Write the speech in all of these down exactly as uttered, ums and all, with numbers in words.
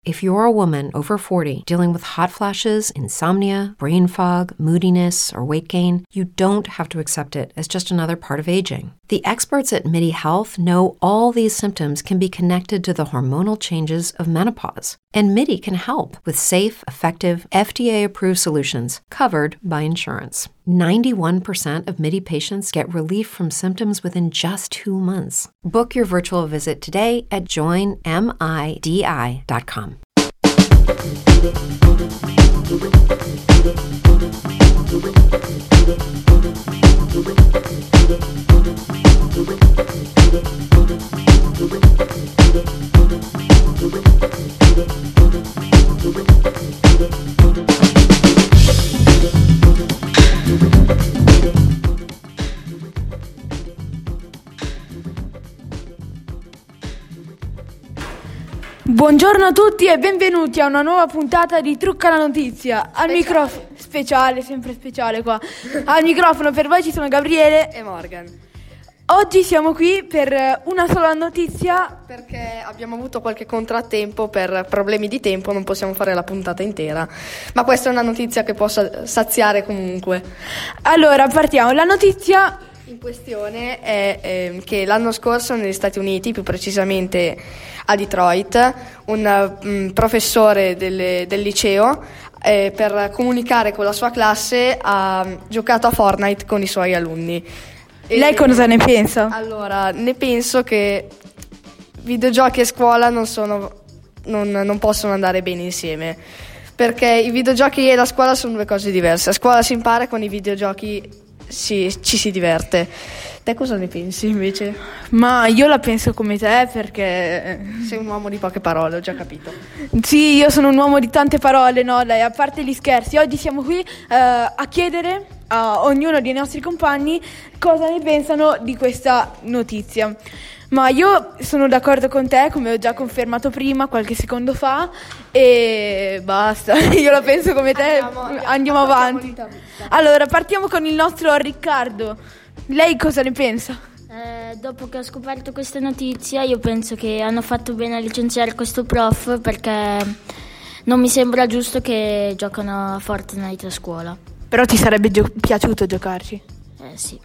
If you're a woman over forty dealing with hot flashes, insomnia, brain fog, moodiness, or weight gain, you don't have to accept it as just another part of aging. The experts at MIDI Health know all these symptoms can be connected to the hormonal changes of menopause. And MIDI can help with safe, effective, F D A-approved solutions covered by insurance. ninety-one percent of MIDI patients get relief from symptoms within just two months. Book your virtual visit today at join midi dot com. Buongiorno a tutti e benvenuti a una nuova puntata di Trucca la Notizia. Al microfono speciale, sempre speciale qua. Al microfono per voi ci sono Gabriele e Morgan. Oggi siamo qui per una sola notizia perché abbiamo avuto qualche contrattempo per problemi di tempo, non possiamo fare la puntata intera, ma questa è una notizia che può saziare comunque. Allora partiamo, la notizia in questione è eh, che l'anno scorso negli Stati Uniti, più precisamente a Detroit, un um, professore del, del liceo eh, per comunicare con la sua classe ha giocato a Fortnite con i suoi alunni. E lei cosa ne pensa? Allora, ne penso che videogiochi e scuola non sono non, non possono andare bene insieme, perché i videogiochi e la scuola sono due cose diverse. A scuola si impara, con i videogiochi si, ci si diverte. Te cosa ne pensi invece? Ma io la penso come te, perché sei un uomo di poche parole, ho già capito. Sì, io sono un uomo di tante parole, no? Dai, a parte gli scherzi, oggi siamo qui uh, a chiedere a ognuno dei nostri compagni cosa ne pensano di questa notizia. Ma io sono d'accordo con te, come ho già confermato prima, qualche secondo fa, e basta, io la penso come te. Andiamo, andiamo, andiamo avanti. Allora, partiamo con il nostro Riccardo. Lei cosa ne pensa? Eh, dopo che ho scoperto questa notizia, io penso che hanno fatto bene a licenziare questo prof, perché non mi sembra giusto che giocano a Fortnite a scuola. Però ti sarebbe gio- piaciuto giocarci? Eh sì.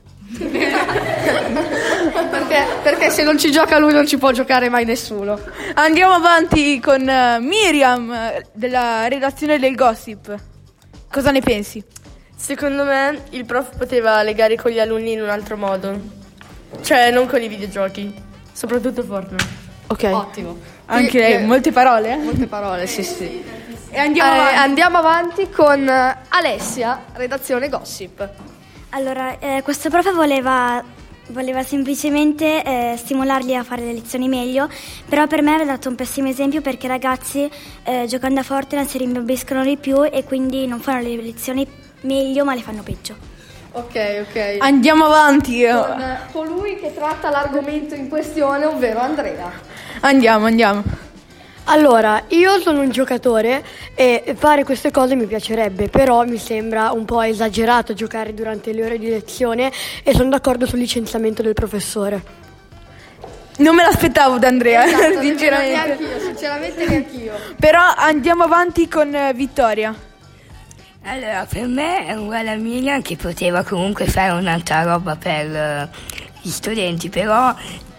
perché, perché se non ci gioca lui non ci può giocare mai nessuno. Andiamo avanti con uh, Miriam uh, della redazione del Gossip. Cosa ne pensi? Secondo me il prof poteva legare con gli alunni in un altro modo, cioè non con i videogiochi, soprattutto Fortnite. Ok. Ottimo. Anche lei, eh, molte parole, eh? Molte parole, sì, sì. E andiamo eh, avanti. Andiamo avanti con Alessia, redazione Gossip. Allora, eh, questo prof voleva, voleva semplicemente eh, stimolarli a fare le lezioni meglio, però per me aveva dato un pessimo esempio, perché i ragazzi eh, giocando a Fortnite si rimbombiscono di più e quindi non fanno le lezioni meglio ma le fanno peggio. Ok, ok. Andiamo avanti. Con colui che tratta l'argomento in questione, ovvero Andrea. Andiamo, andiamo. Allora, io sono un giocatore e fare queste cose mi piacerebbe, però mi sembra un po' esagerato giocare durante le ore di lezione e sono d'accordo sul licenziamento del professore. Non me l'aspettavo da Andrea, Esatto, sinceramente. Neanch'io, sinceramente neanch'io. Però andiamo avanti con uh, Vittoria. Allora, per me è uguale a Miriam, che poteva comunque fare un'altra roba per uh, gli studenti, però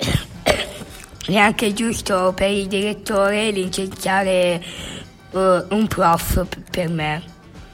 è anche giusto per il direttore licenziare uh, un prof p- per me.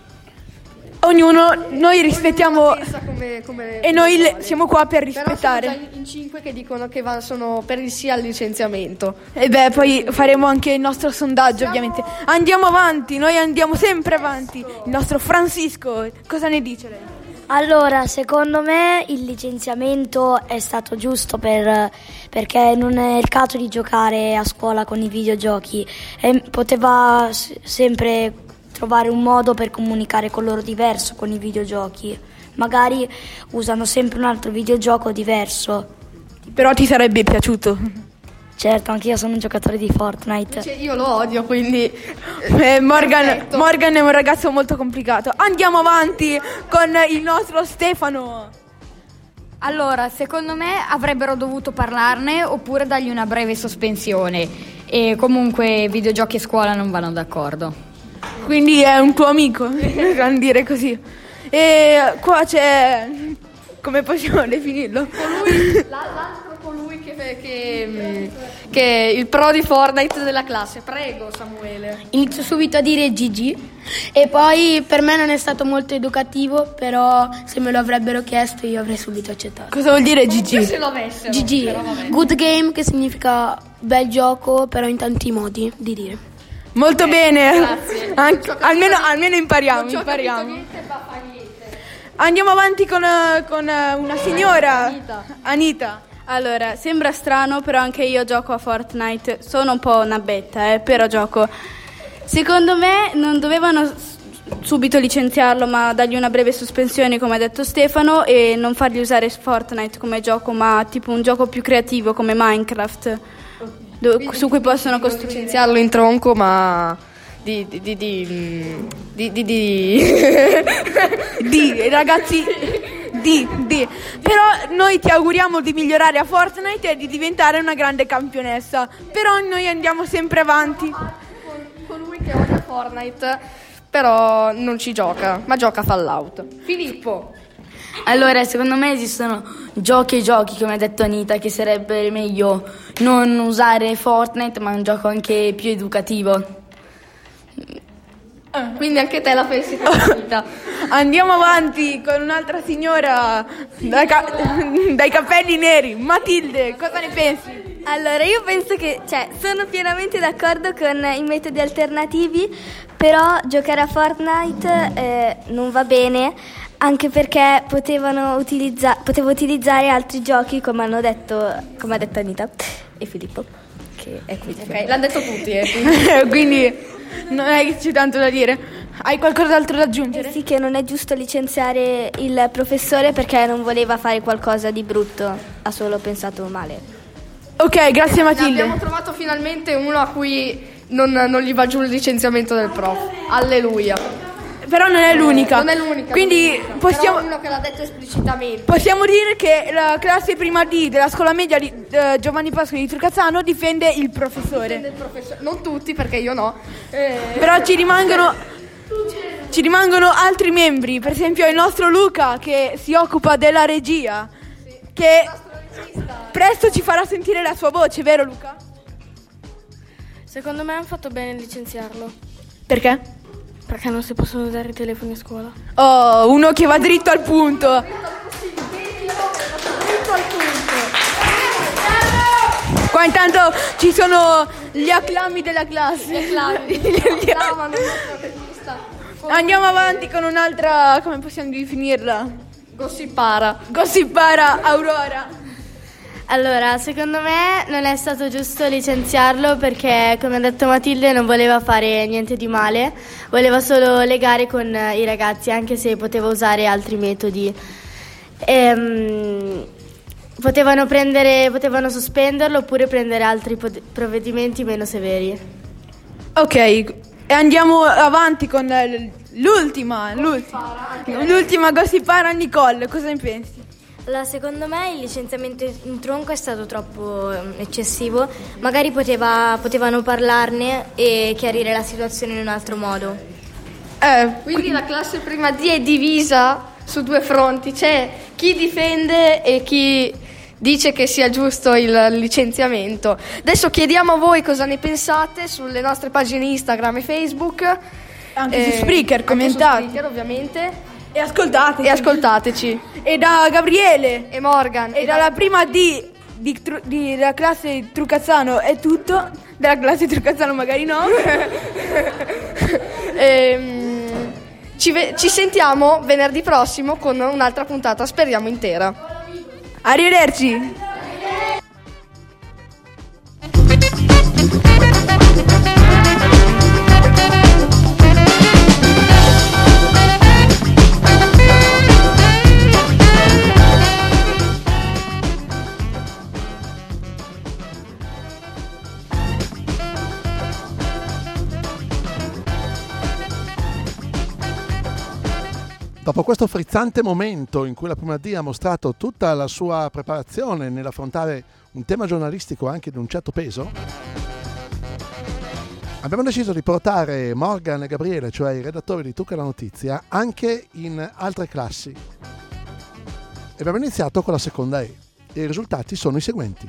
Ognuno, noi rispettiamo come, come e noi le, siamo qua per rispettare. Però sono già in cinque che dicono che va, sono per il sì al licenziamento. E beh, poi faremo anche il nostro sondaggio, ovviamente. Andiamo avanti, noi andiamo sempre avanti. Il nostro Francisco, cosa ne dice lei? Allora, secondo me il licenziamento è stato giusto per, perché non è il caso di giocare a scuola con i videogiochi. E poteva s- sempre trovare un modo per comunicare con loro diverso con i videogiochi. Magari usano sempre un altro videogioco diverso. Però ti sarebbe piaciuto? Certo, anche io sono un giocatore di Fortnite. Cioè, io lo odio, quindi eh, Morgan, Morgan è un ragazzo molto complicato. Andiamo avanti con il nostro Stefano. Allora, secondo me avrebbero dovuto parlarne oppure dargli una breve sospensione. e comunque videogiochi e scuola non vanno d'accordo. Quindi è un tuo amico, per dire così. E qua c'è, come possiamo definirlo? Colui, l'altro colui che, che, che è il pro di Fortnite della classe. Prego Samuele. Inizio subito a dire G G e poi per me non è stato molto educativo, però se me lo avrebbero chiesto io avrei subito accettato. Cosa vuol dire G G? Se lo avessero. G G, good game, che significa bel gioco, però in tanti modi di dire. Molto okay, bene, grazie. Anche, almeno, almeno impariamo, non impariamo. Niente, ma fa niente. Andiamo avanti con, con una signora, Anita. Anita. Allora, sembra strano, però anche io gioco a Fortnite, sono un po' una betta, eh, però gioco. Secondo me non dovevano subito licenziarlo, ma dargli una breve sospensione, come ha detto Stefano, e non fargli usare Fortnite come gioco, ma tipo un gioco più creativo come Minecraft, do- su cui possono costruire. Licenziarlo in tronco, ma di di di di di di, di. di ragazzi di di però noi ti auguriamo di migliorare a Fortnite e di diventare una grande campionessa, però noi andiamo sempre avanti. Colui che odia Fortnite però non ci gioca, ma gioca a Fallout. Filippo. Allora, secondo me esistono giochi e giochi, come ha detto Anita, che sarebbe meglio non usare Fortnite, ma un gioco anche più educativo. Quindi anche te la pensi Anita. Andiamo avanti con un'altra signora dai, ca- dai capelli neri, Matilde, cosa ne pensi? Allora, io penso che, cioè, sono pienamente d'accordo con i metodi alternativi, però giocare a Fortnite eh, non va bene, anche perché potevano utilizza- potevo utilizzare altri giochi, come hanno detto, come ha detto Anita e Filippo, che è qui. Ok, l'hanno detto tutti, eh, quindi. quindi non è che c'è tanto da dire. Hai qualcos'altro da aggiungere? Eh sì, che non è giusto licenziare il professore perché non voleva fare qualcosa di brutto, ha solo pensato male. Ok, grazie Matilde. Abbiamo trovato finalmente uno a cui non, non gli va giù il licenziamento del prof. Alleluia. Però non è l'unica. Non è l'unica. Quindi non è l'unica. possiamo Però uno che l'ha detto esplicitamente. Possiamo dire che la classe prima D della scuola media di eh, Giovanni Pascoli di Trucazzano difende il professore. Difende il professore. Non tutti, perché io no. Eh... Però ci rimangono ci rimangono altri membri, per esempio il nostro Luca che si occupa della regia, sì, che presto ci farà sentire la sua voce, vero Luca? Secondo me hanno fatto bene a licenziarlo. Perché? Perché non si possono usare i telefoni a scuola. Oh, uno che va dritto al punto. Qua intanto ci sono gli acclami della classe. Gli acclami. Gli acclamano il nostro regista. Andiamo avanti con un'altra, come possiamo definirla? Gossipara. Gossipara Aurora. Allora, secondo me non è stato giusto licenziarlo perché, come ha detto Matilde, non voleva fare niente di male, voleva solo legare con i ragazzi, anche se poteva usare altri metodi. Ehm, potevano prendere, potevano sospenderlo oppure prendere altri pod- provvedimenti meno severi. Ok, e andiamo avanti con l'ultima, l'ultima, l'ultima gossipara Nicole, cosa ne pensi? Allora, secondo me il licenziamento in tronco è stato troppo eccessivo, magari poteva, potevano parlarne e chiarire la situazione in un altro modo. Eh, quindi la classe prima D è divisa su due fronti, c'è chi difende e chi dice che sia giusto il licenziamento. Adesso chiediamo a voi cosa ne pensate sulle nostre pagine Instagram e Facebook. Anche eh, su Spreaker, commentate. Anche su Spreaker, ovviamente. E ascoltateci. E ascoltateci. E da Gabriele. E Morgan. E, e dalla da... prima D di, tru, di, della classe Trucazzano è tutto. Della classe Trucazzano magari no. ehm, ci, ve- ci sentiamo venerdì prossimo con un'altra puntata, speriamo intera. Arrivederci. Dopo questo frizzante momento in cui la prima D ha mostrato tutta la sua preparazione nell'affrontare un tema giornalistico anche di un certo peso, Abbiamo deciso di portare Morgan e Gabriele, cioè i redattori di Trucca la Notizia, anche in altre classi. E abbiamo iniziato con la seconda E. E i risultati sono i seguenti.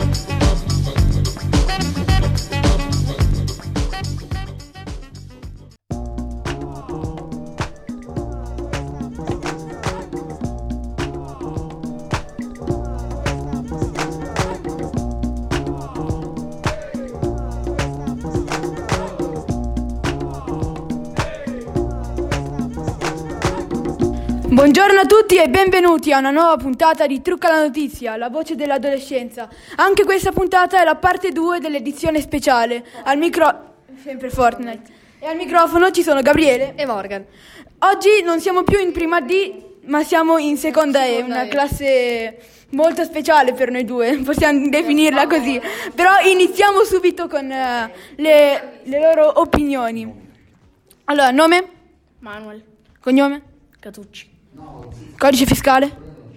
Buongiorno a tutti e benvenuti a una nuova puntata di Trucca la Notizia, la voce dell'adolescenza. Anche questa puntata è la parte due dell'edizione speciale. Al micro... sempre Fortnite. E al microfono ci sono Gabriele e Morgan. Oggi non siamo più in prima D, ma siamo in seconda E, una E. classe molto speciale per noi due, possiamo definirla così. Però iniziamo subito con uh, le, le loro opinioni. Allora, nome? Manuel. Cognome? Catucci. Codice fiscale?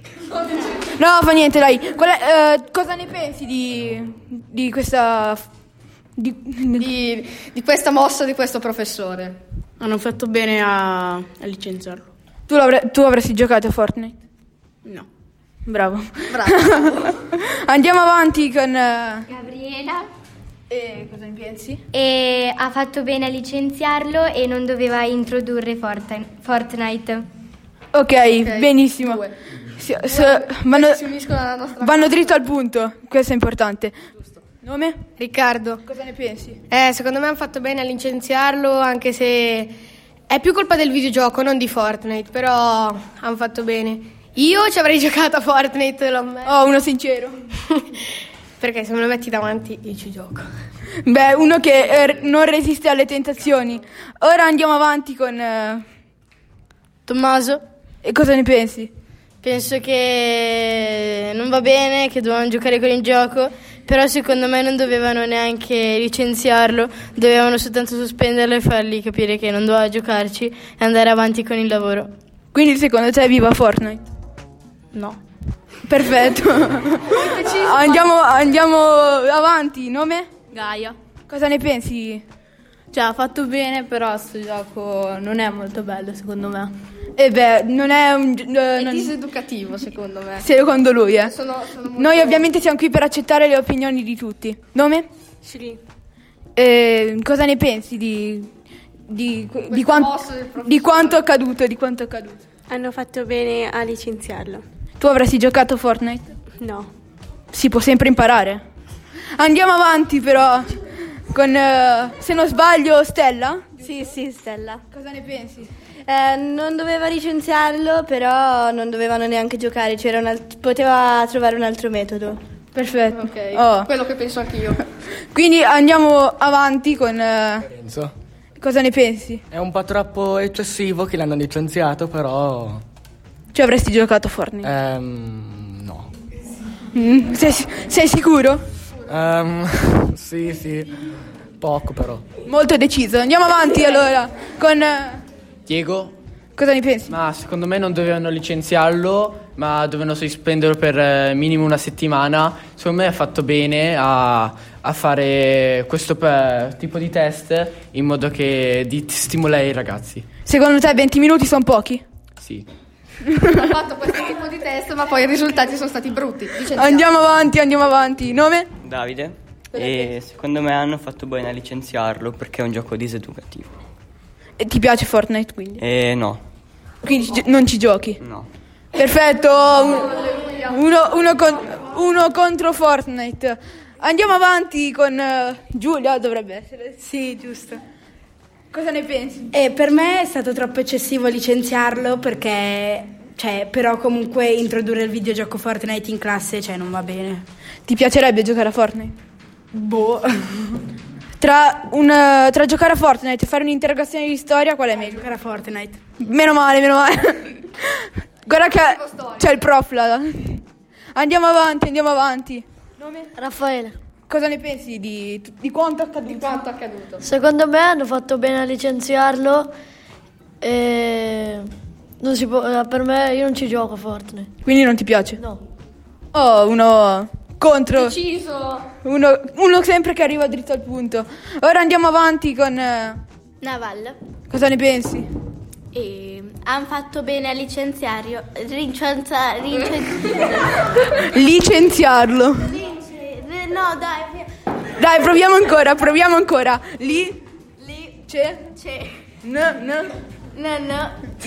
No, fa niente, dai. Qual è, eh, cosa ne pensi di, di questa... Di, di, di questa mossa di questo professore? Hanno fatto bene a, a licenziarlo. Tu, tu avresti giocato a Fortnite? No. Bravo. Bravo. Andiamo avanti con... Uh... Gabriela. E cosa ne pensi? E ha fatto bene a licenziarlo e non doveva introdurre Fortnite. Ok, okay benissimo. Si, so, vanno, si uniscono alla nostra vanno dritto al punto, questo è importante. Giusto. Nome? Riccardo. Cosa ne pensi? Eh, secondo me hanno fatto bene a licenziarlo, anche se è più colpa del videogioco, non di Fortnite, però hanno fatto bene. Io ci avrei giocato a Fortnite, l'ho messo. Oh, uno sincero. Perché se me lo metti davanti io ci gioco. Beh, uno che eh, non resiste alle tentazioni. Ora andiamo avanti con eh... Tommaso. E cosa ne pensi? Penso che non va bene, che dovevano giocare con il gioco, però secondo me non dovevano neanche licenziarlo, dovevano soltanto sospenderlo e fargli capire che non doveva giocarci e andare avanti con il lavoro. Quindi secondo te viva Fortnite? No. Perfetto. andiamo, andiamo avanti. Nome? Gaia. Cosa ne pensi? Cioè, ha fatto bene, però sto gioco non è molto bello, secondo me. E beh, non è un... Uh, è non... diseducativo, secondo me. Secondo lui, eh. Sono, sono molto... Noi ovviamente siamo qui per accettare le opinioni di tutti. Nome? Sì. Eh, cosa ne pensi di... Di, di, quan... di quanto accaduto, di quanto accaduto? Hanno fatto bene a licenziarlo. Tu avresti giocato Fortnite? No. Si può sempre imparare. Andiamo avanti però con, uh, se non sbaglio, Stella? Sì, sì, Stella. Cosa ne pensi? Eh, non doveva licenziarlo, però non dovevano neanche giocare, c'era un alt- poteva trovare un altro metodo. Perfetto. Ok, oh. Quello che penso anch'io. Quindi andiamo avanti con... Uh, Penso. Cosa ne pensi? È un po' troppo eccessivo che l'hanno licenziato, però... Cioè avresti giocato a Fortnite? Ehm, no. Mm, sei, sei sicuro? Um, sì, sì, poco però. Molto deciso. Andiamo avanti allora con... Uh, Diego? Cosa ne pensi? Ma secondo me non dovevano licenziarlo, ma dovevano sospenderlo per eh, minimo una settimana. Secondo me ha fatto bene a, a fare questo pe- tipo di test in modo che di stimolare i ragazzi. Secondo te venti minuti sono pochi? Sì. Ho fatto questo tipo di test, ma poi i risultati sono stati brutti. Andiamo avanti, andiamo avanti. Nome? Davide. E secondo me hanno fatto bene a licenziarlo perché è un gioco diseducativo. E ti piace Fortnite quindi? Eh no. Quindi gi- non ci giochi? No. Perfetto, uno, uno, con, uno contro Fortnite. Andiamo avanti con uh, Giulia, dovrebbe essere. Sì, giusto. Cosa ne pensi? Eh, per me è stato troppo eccessivo licenziarlo perché, cioè, però comunque introdurre il videogioco Fortnite in classe, cioè, non va bene. Ti piacerebbe giocare a Fortnite? Boh. Tra, un, uh, tra giocare a Fortnite e fare un'interrogazione di storia, qual è meglio? Giocare a Fortnite. Meno male, meno male. Guarda che c'è il prof là. Andiamo avanti, andiamo avanti. Nome? Raffaele. Cosa ne pensi di, di quanto accaduto? Di quanto accaduto? Secondo me hanno fatto bene a licenziarlo e non si può, per me io non ci gioco a Fortnite. Quindi non ti piace? No. Oh, uno Contro. Deciso. Uno, uno sempre che arriva dritto al punto. Ora andiamo avanti con... eh, Naval. cosa ne pensi? E hanno fatto bene a licenziario. Licenza, licen- Licenziarlo. Lince- no, dai. Dai, proviamo ancora, proviamo ancora. Li... Li. C'è? C'è. No, no. No, no.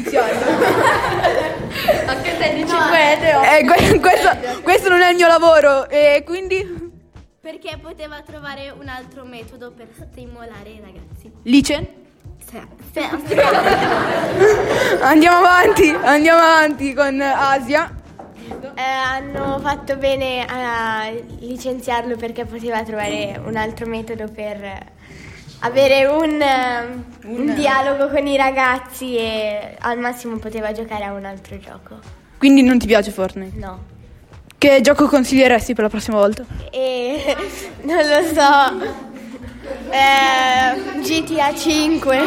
Anche te dici No. quello. Eh, que- questo, questo non è il mio lavoro. E quindi... Perché poteva trovare un altro metodo per stimolare i ragazzi. Licen? Sì, sì, sì. Andiamo avanti, andiamo avanti con Asia. Eh, hanno fatto bene a licenziarlo perché poteva trovare un altro metodo per avere un, un, un dialogo con i ragazzi e al massimo poteva giocare a un altro gioco. Quindi non ti piace Fortnite? No. Che gioco consiglieresti per la prossima volta? E non lo so. Eh, G T A cinque.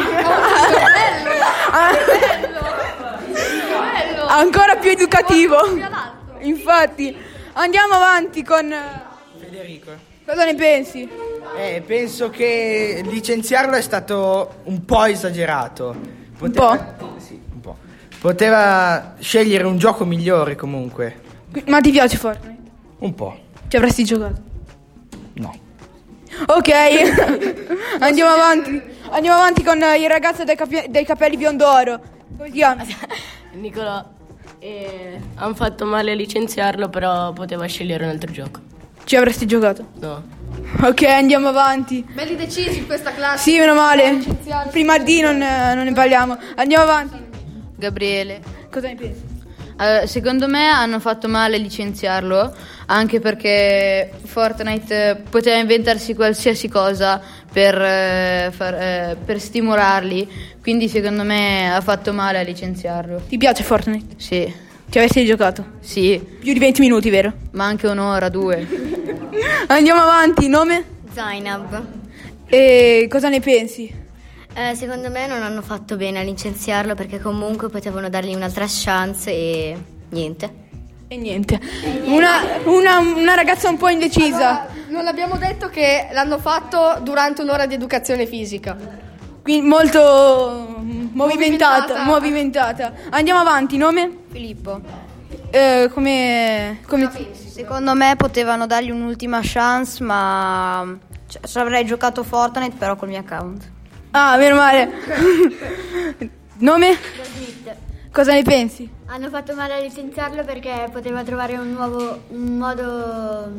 Ancora più educativo. Infatti, andiamo avanti con Federico. Cosa ne pensi? Eh, penso che licenziarlo è stato un po' esagerato. Poteva, Un po'? Sì, un po'. Poteva scegliere un gioco migliore comunque. Ma ti piace Fortnite? Un po'. Ci avresti giocato? No. Ok, andiamo avanti. Andiamo avanti con il ragazzo dai, capi- dai capelli biondo oro. Come si chiama? Nicolò, eh, hanno fatto male a licenziarlo, però poteva scegliere un altro gioco. Ci avresti giocato? No. Ok, andiamo avanti. Belli decisi in questa classe. Sì, meno male. Prima di non, non ne parliamo. Andiamo avanti. Gabriele. Cosa ne pensi? Allora, secondo me hanno fatto male a licenziarlo, anche perché Fortnite poteva inventarsi qualsiasi cosa per, eh, far, eh, per stimolarli, quindi secondo me ha fatto male a licenziarlo. Ti piace Fortnite? Sì. Ci avresti giocato? Sì. Più di venti minuti, vero? Ma anche un'ora, due. Andiamo avanti, nome? Zainab. E cosa ne pensi? Eh, secondo me non hanno fatto bene a licenziarlo perché comunque potevano dargli un'altra chance e niente. E niente. Una, una, una ragazza un po' indecisa. Allora, non abbiamo detto che l'hanno fatto durante un'ora di educazione fisica. Quindi molto movimentata, Movimentata. movimentata. Andiamo avanti, nome? Filippo. Eh, come, come ti- Secondo me potevano dargli un'ultima chance, ma cioè, ci avrei giocato Fortnite però col mio account. Ah, meno male. Nome? Cosa ne pensi? Hanno fatto male a licenziarlo perché poteva trovare un nuovo un modo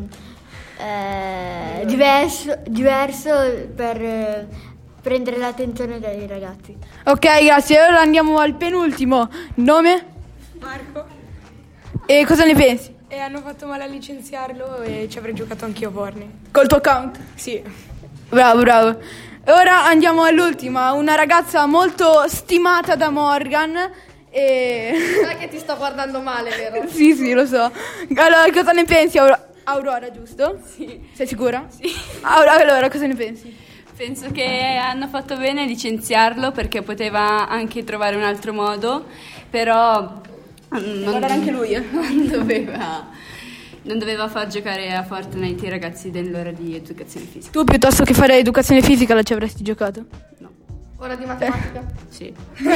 eh, diverso, diverso per eh, prendere l'attenzione dei ragazzi. Ok, grazie. Ora andiamo al penultimo. Nome? Marco. E cosa ne pensi? E hanno fatto male a licenziarlo e ci avrei giocato anch'io a Fortnite. Col tuo account? Sì. Bravo, bravo. Ora andiamo all'ultima, una ragazza molto stimata da Morgan e... Sai che ti sto guardando male, vero? Sì, sì, lo so. Allora, cosa ne pensi, Auro- Aurora, giusto? Sì. Sei sicura? Sì. Aurora, allora, cosa ne pensi? Penso che hanno fatto bene a licenziarlo perché poteva anche trovare un altro modo, però non, guardare anche lui, eh. non doveva, non doveva far giocare a Fortnite i ragazzi dell'ora di educazione fisica. Tu piuttosto che fare educazione fisica la ci avresti giocato? Ora di matematica? Sì.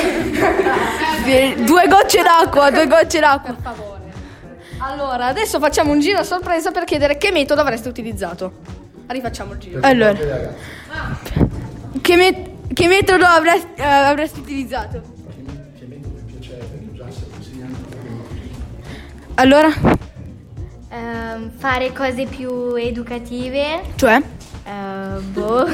Due gocce d'acqua, due gocce d'acqua. Per favore. Allora, adesso facciamo un giro a sorpresa per chiedere che metodo avreste utilizzato. Rifacciamo il giro. Allora, che, met- che metodo avresti, eh, avresti utilizzato? Allora? Ehm, fare cose più educative. Cioè? Eh, boh.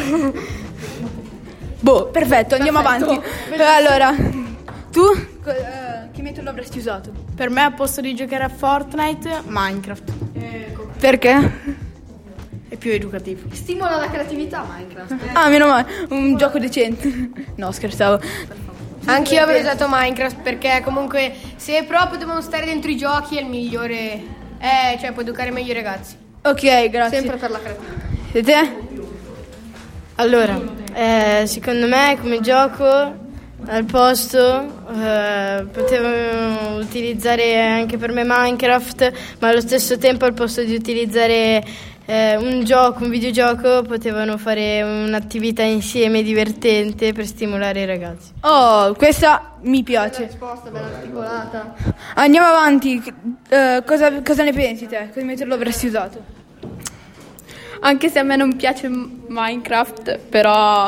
Boh, perfetto, andiamo Perfetto. avanti. Eh, Allora, tu co- eh, che metodo avresti usato? Per me, al posto di giocare a Fortnite, Minecraft. Perché? È più educativo. Stimola la creatività Minecraft. Ah, meno male, un gioco decente. No, scherzavo. Anch'io avrei usato Minecraft perché comunque se proprio devono stare dentro i giochi è il migliore. Eh, cioè può educare meglio i ragazzi. Ok, grazie. Sempre per la creatività. E te? Allora, eh, secondo me come gioco al posto eh, potevo utilizzare anche per me Minecraft, ma allo stesso tempo al posto di utilizzare eh, un gioco, un videogioco, potevano fare un'attività insieme divertente per stimolare i ragazzi. Oh, questa mi piace. Risposta ben articolata. Andiamo avanti. Eh, cosa, cosa ne pensi te? Che metodo avresti usato? Anche se a me non piace Minecraft, però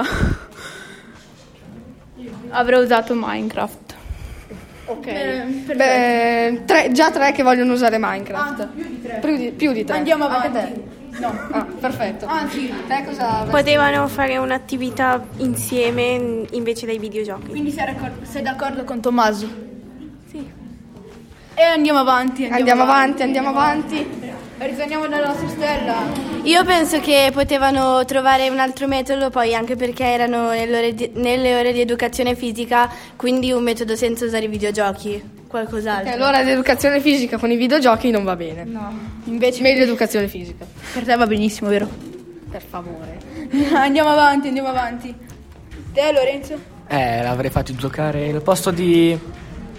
avrei usato Minecraft. Ok. Beh, Beh, tre, già tre che vogliono usare Minecraft. Ah, più di tre. Più di, più di tre. Andiamo Anche avanti. te. No. Ah, perfetto. Anzi, te cosa potevano fare un'attività insieme invece dei videogiochi. Quindi sei d'accordo, sei d'accordo con Tommaso? Sì. E andiamo avanti. Andiamo, Andiamo avanti, avanti, andiamo avanti. Ritorniamo nella nostra stella. Io penso che potevano trovare un altro metodo, poi anche perché erano nelle ore di, nelle ore di educazione fisica, quindi un metodo senza usare i videogiochi, qualcos'altro. E allora l'educazione fisica con i videogiochi non va bene. No, invece meglio educazione fisica. Per te va benissimo, vero? Per favore. Andiamo avanti, andiamo avanti. Te Lorenzo? Eh, l'avrei fatto giocare al posto di...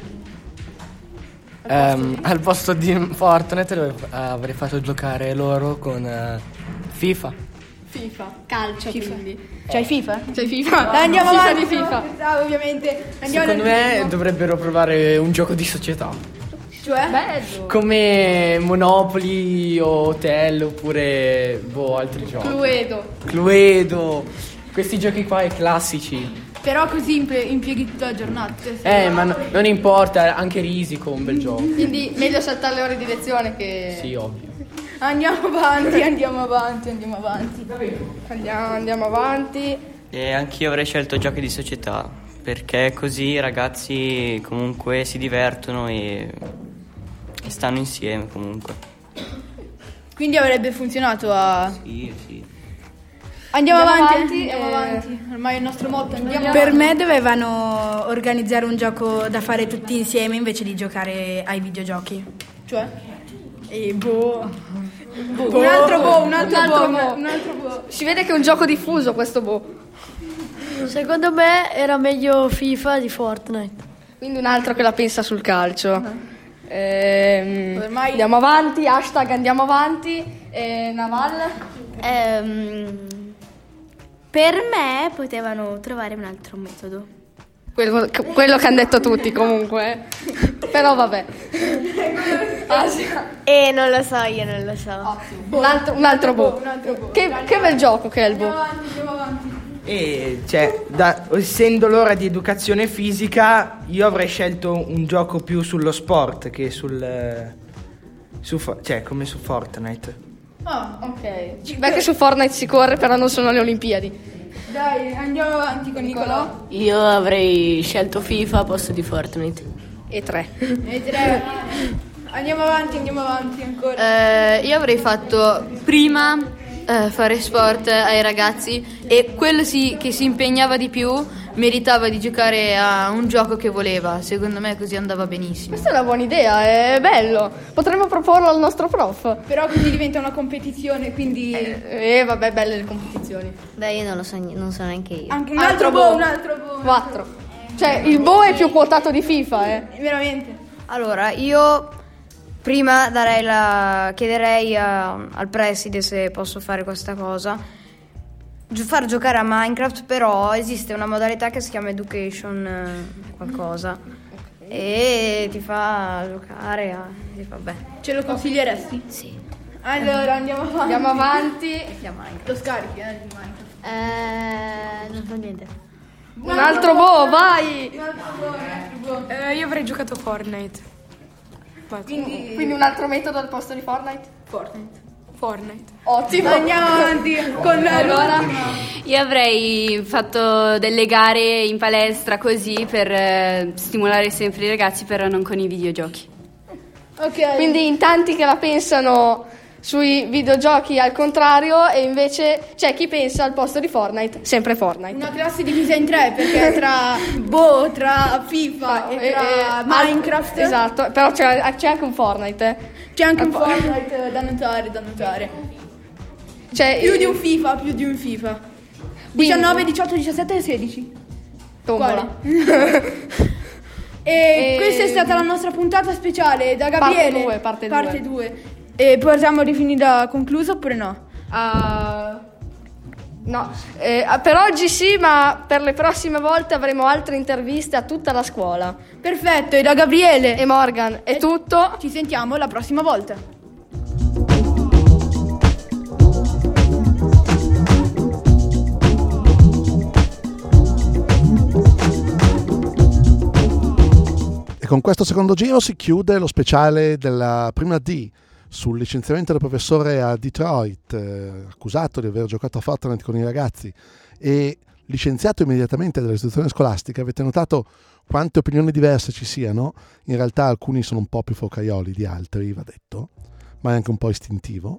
Um, al posto di Fortnite dove, uh, avrei fatto giocare loro con uh, FIFA. FIFA, calcio FIFA. Quindi. C'hai FIFA? C'hai FIFA? Dai, andiamo FIFA avanti. di FIFA. No, ovviamente. Andiamo Secondo nel- me dovrebbero provare un gioco di società. Cioè? Bello. Come Monopoly o Hotel oppure boh, altri giochi. Cluedo. Cluedo. Questi giochi qua classici. Però così impie- impieghi tutta la giornata. Eh, ma no- non importa, anche Risico è un bel gioco. Quindi meglio saltare le ore di lezione che... Sì, ovvio. Andiamo avanti, andiamo avanti, andiamo avanti. Andiamo, andiamo avanti. E anch'io avrei scelto giochi di società, perché così i ragazzi comunque si divertono e, e stanno insieme comunque. Quindi avrebbe funzionato a... Sì, sì. Andiamo, Andiamo avanti, avanti, andiamo eh. avanti. Ormai è il nostro motto, andiamo Per avanti. me dovevano organizzare un gioco da fare tutti insieme invece di giocare ai videogiochi. Cioè? E boh. Boh. Un altro boh, un altro, Un altro boh, boh. un altro boh. Si vede che è un gioco diffuso questo boh. Secondo me era meglio FIFA di Fortnite. Quindi un altro che la pensa sul calcio. Ehm, Ormai- Andiamo avanti, hashtag andiamo avanti. Eh, Naval? Ehm, per me potevano trovare un altro metodo. Quello, quello che hanno detto tutti comunque. Però vabbè. Asia. E non lo so, io non lo so. Un altro, un altro boh. Che, che bel gioco che è il boh. Andiamo avanti. E cioè, da- essendo l'ora di educazione fisica, io avrei scelto un gioco più sullo sport che sul. eh, Su, fo- cioè, come su Fortnite. Ah, Ok. Beh, che su Fortnite si corre, però non sono le Olimpiadi. dai, andiamo avanti con Nicolò. Io avrei scelto FIFA a posto di Fortnite. E tre. E tre. Andiamo avanti, andiamo avanti ancora. Eh, io avrei fatto prima eh, fare sport ai ragazzi e quello sì, che si impegnava di più meritava di giocare a un gioco che voleva. Secondo me così andava benissimo. Questa è una buona idea, è bello. Potremmo proporlo al nostro prof. Però così diventa una competizione, quindi... Eh, eh, vabbè, belle le competizioni. Beh, io non lo so, non so neanche io. Anche un altro boh, un altro boh. Quattro. Cioè, il boh è più quotato di FIFA, eh. Veramente. Allora, io prima darei la chiederei a- al preside se posso fare questa cosa. Gio- far giocare a Minecraft, però esiste una modalità che si chiama Education eh, qualcosa e ti fa giocare a ti fa beh. Ce lo consiglieresti? Sì. Allora, andiamo avanti. Andiamo avanti. Lo scarichi, eh, di Minecraft. Eh, non so niente. Un altro boh, vai. Un altro boh, un altro boh. Eh, io avrei giocato Fortnite. Quindi, Quindi un altro metodo al posto di Fortnite? Fortnite. Fortnite. Ottimo. Andiamo avanti con Allora, Io avrei fatto delle gare in palestra così per eh, stimolare sempre i ragazzi, però non con i videogiochi. ok. quindi in tanti che la pensano sui videogiochi al contrario e invece c'è chi pensa al posto di Fortnite, sempre Fortnite. Una classe divisa in tre perché tra boh, tra FIFA e tra Eh, eh, Minecraft. Esatto, però c'è, c'è anche un Fortnite. Eh. C'è anche un Ah, poi- Fortnite da notare, da notare. Cioè, Più di un FIFA, più di un FIFA. Quindi- diciannove, diciotto, diciassette e sedici. Tombola. E, E- questa è stata la nostra puntata speciale da Gabriele. Parte due, parte due. due. E possiamo rifinire conclusa oppure no? Ah, no, eh, per oggi sì, ma per le prossime volte avremo altre interviste a tutta la scuola. Perfetto, e da Gabriele e Morgan è tutto. Ci sentiamo la prossima volta. E con questo secondo giro si chiude lo speciale della prima D sul licenziamento del professore a Detroit, eh, accusato di aver giocato a Fortnite con i ragazzi e licenziato immediatamente dall'istituzione scolastica. Avete notato quante opinioni diverse ci siano? In realtà alcuni sono un po' più focaioli di altri, va detto, ma è anche un po' istintivo.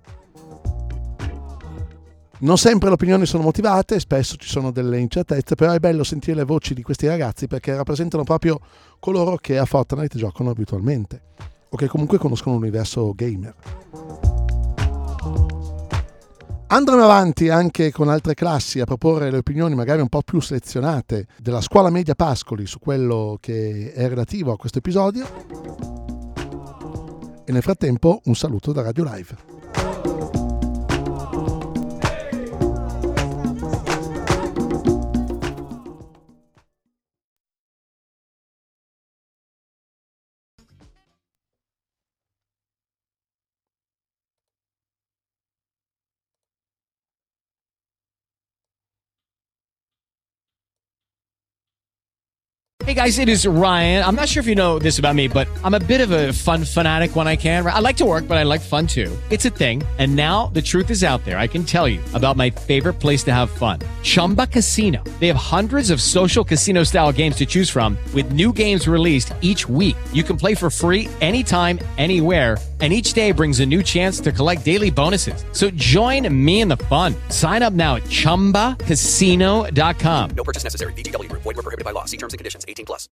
Non sempre le opinioni sono motivate, spesso ci sono delle incertezze, però è bello sentire le voci di questi ragazzi perché rappresentano proprio coloro che a Fortnite giocano abitualmente o che comunque conoscono l'universo gamer. Andremo avanti anche con altre classi a proporre le opinioni magari un po' più selezionate della scuola media Pascoli su quello che è relativo a questo episodio. E nel frattempo un saluto da Radio Live. Hey guys, it is Ryan. I'm not sure if you know this about me, but I'm a bit of a fun fanatic when I can. I like to work, but I like fun too. It's a thing. And now the truth is out there. I can tell you about my favorite place to have fun. Chumba Casino. They have hundreds of social casino style games to choose from with new games released each week. You can play for free anytime, anywhere. And each day brings a new chance to collect daily bonuses. So join me in the fun. Sign up now at chumba casino dot com. No purchase necessary. V G W Group. Void where prohibited by law. See terms and conditions. eighteen plus.